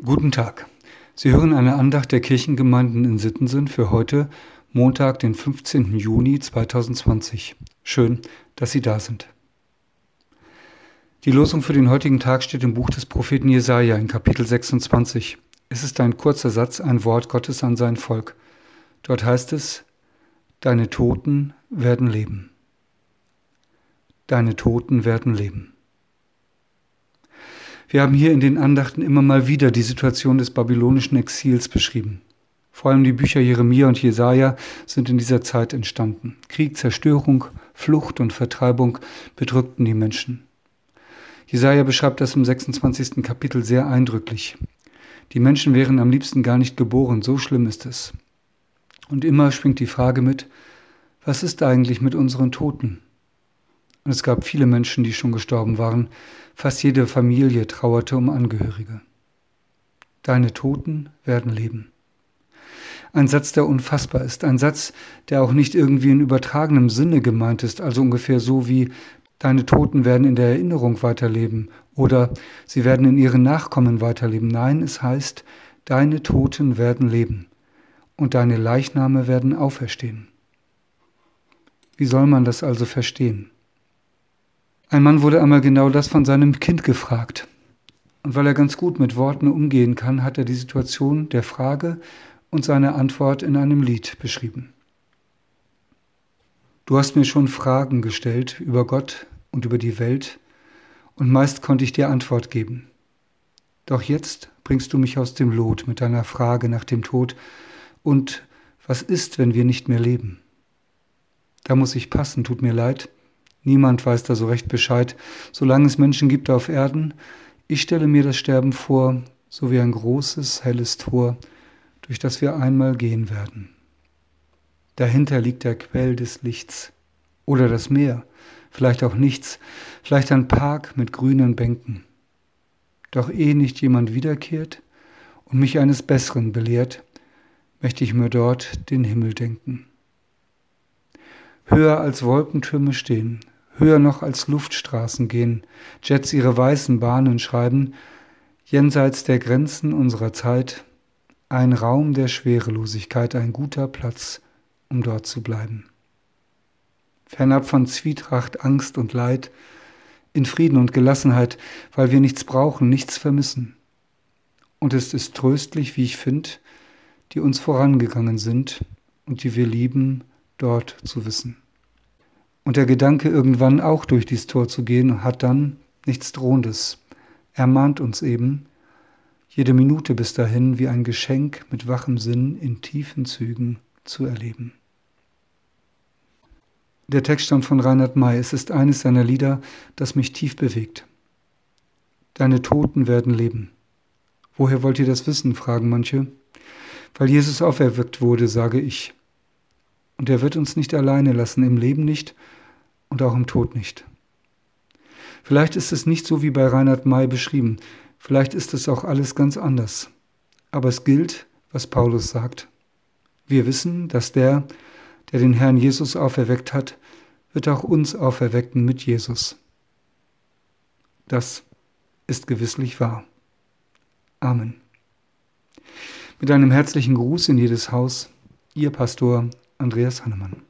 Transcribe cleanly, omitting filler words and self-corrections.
Guten Tag. Sie hören eine Andacht der Kirchengemeinden in Sittensen für heute, Montag, den 15. Juni 2020. Schön, dass Sie da sind. Die Losung für den heutigen Tag steht im Buch des Propheten Jesaja in Kapitel 26. Es ist ein kurzer Satz, ein Wort Gottes an sein Volk. Dort heißt es: Deine Toten werden leben. Deine Toten werden leben. Wir haben hier in den Andachten immer mal wieder die Situation des babylonischen Exils beschrieben. Vor allem die Bücher Jeremia und Jesaja sind in dieser Zeit entstanden. Krieg, Zerstörung, Flucht und Vertreibung bedrückten die Menschen. Jesaja beschreibt das im 26. Kapitel sehr eindrücklich. Die Menschen wären am liebsten gar nicht geboren, so schlimm ist es. Und immer schwingt die Frage mit: Was ist eigentlich mit unseren Toten? Und es gab viele Menschen, die schon gestorben waren. Fast jede Familie trauerte um Angehörige. Deine Toten werden leben. Ein Satz, der unfassbar ist. Ein Satz, der auch nicht irgendwie in übertragenem Sinne gemeint ist. Also ungefähr so wie: Deine Toten werden in der Erinnerung weiterleben oder sie werden in ihren Nachkommen weiterleben. Nein, es heißt, deine Toten werden leben und deine Leichname werden auferstehen. Wie soll man das also verstehen? Ein Mann wurde einmal genau das von seinem Kind gefragt. Und weil er ganz gut mit Worten umgehen kann, hat er die Situation der Frage und seine Antwort in einem Lied beschrieben. Du hast mir schon Fragen gestellt über Gott und über die Welt, und meist konnte ich dir Antwort geben. Doch jetzt bringst du mich aus dem Lot mit deiner Frage nach dem Tod und was ist, wenn wir nicht mehr leben? Da muss ich passen, tut mir leid. Niemand weiß da so recht Bescheid, solange es Menschen gibt auf Erden. Ich stelle mir das Sterben vor, so wie ein großes, helles Tor, durch das wir einmal gehen werden. Dahinter liegt der Quell des Lichts oder das Meer, vielleicht auch nichts, vielleicht ein Park mit grünen Bänken. Doch ehe nicht jemand wiederkehrt und mich eines Besseren belehrt, möchte ich mir dort den Himmel denken. Höher als Wolkentürme stehen, höher noch als Luftstraßen gehen, Jets ihre weißen Bahnen schreiben, jenseits der Grenzen unserer Zeit, ein Raum der Schwerelosigkeit, ein guter Platz, um dort zu bleiben. Fernab von Zwietracht, Angst und Leid, in Frieden und Gelassenheit, weil wir nichts brauchen, nichts vermissen. Und es ist tröstlich, wie ich finde, die uns vorangegangen sind und die wir lieben, dort zu wissen. Und der Gedanke, irgendwann auch durch dieses Tor zu gehen, hat dann nichts Drohendes. Er mahnt uns eben, jede Minute bis dahin wie ein Geschenk mit wachem Sinn in tiefen Zügen zu erleben. Der Text stammt von Reinhard May. Es ist eines seiner Lieder, das mich tief bewegt. Deine Toten werden leben. Woher wollt ihr das wissen, fragen manche. Weil Jesus auferweckt wurde, sage ich. Und er wird uns nicht alleine lassen, im Leben nicht und auch im Tod nicht. Vielleicht ist es nicht so wie bei Reinhard May beschrieben. Vielleicht ist es auch alles ganz anders. Aber es gilt, was Paulus sagt. Wir wissen, dass der den Herrn Jesus auferweckt hat, wird auch uns auferwecken mit Jesus. Das ist gewisslich wahr. Amen. Mit einem herzlichen Gruß in jedes Haus, Ihr Pastor Andreas Hannemann.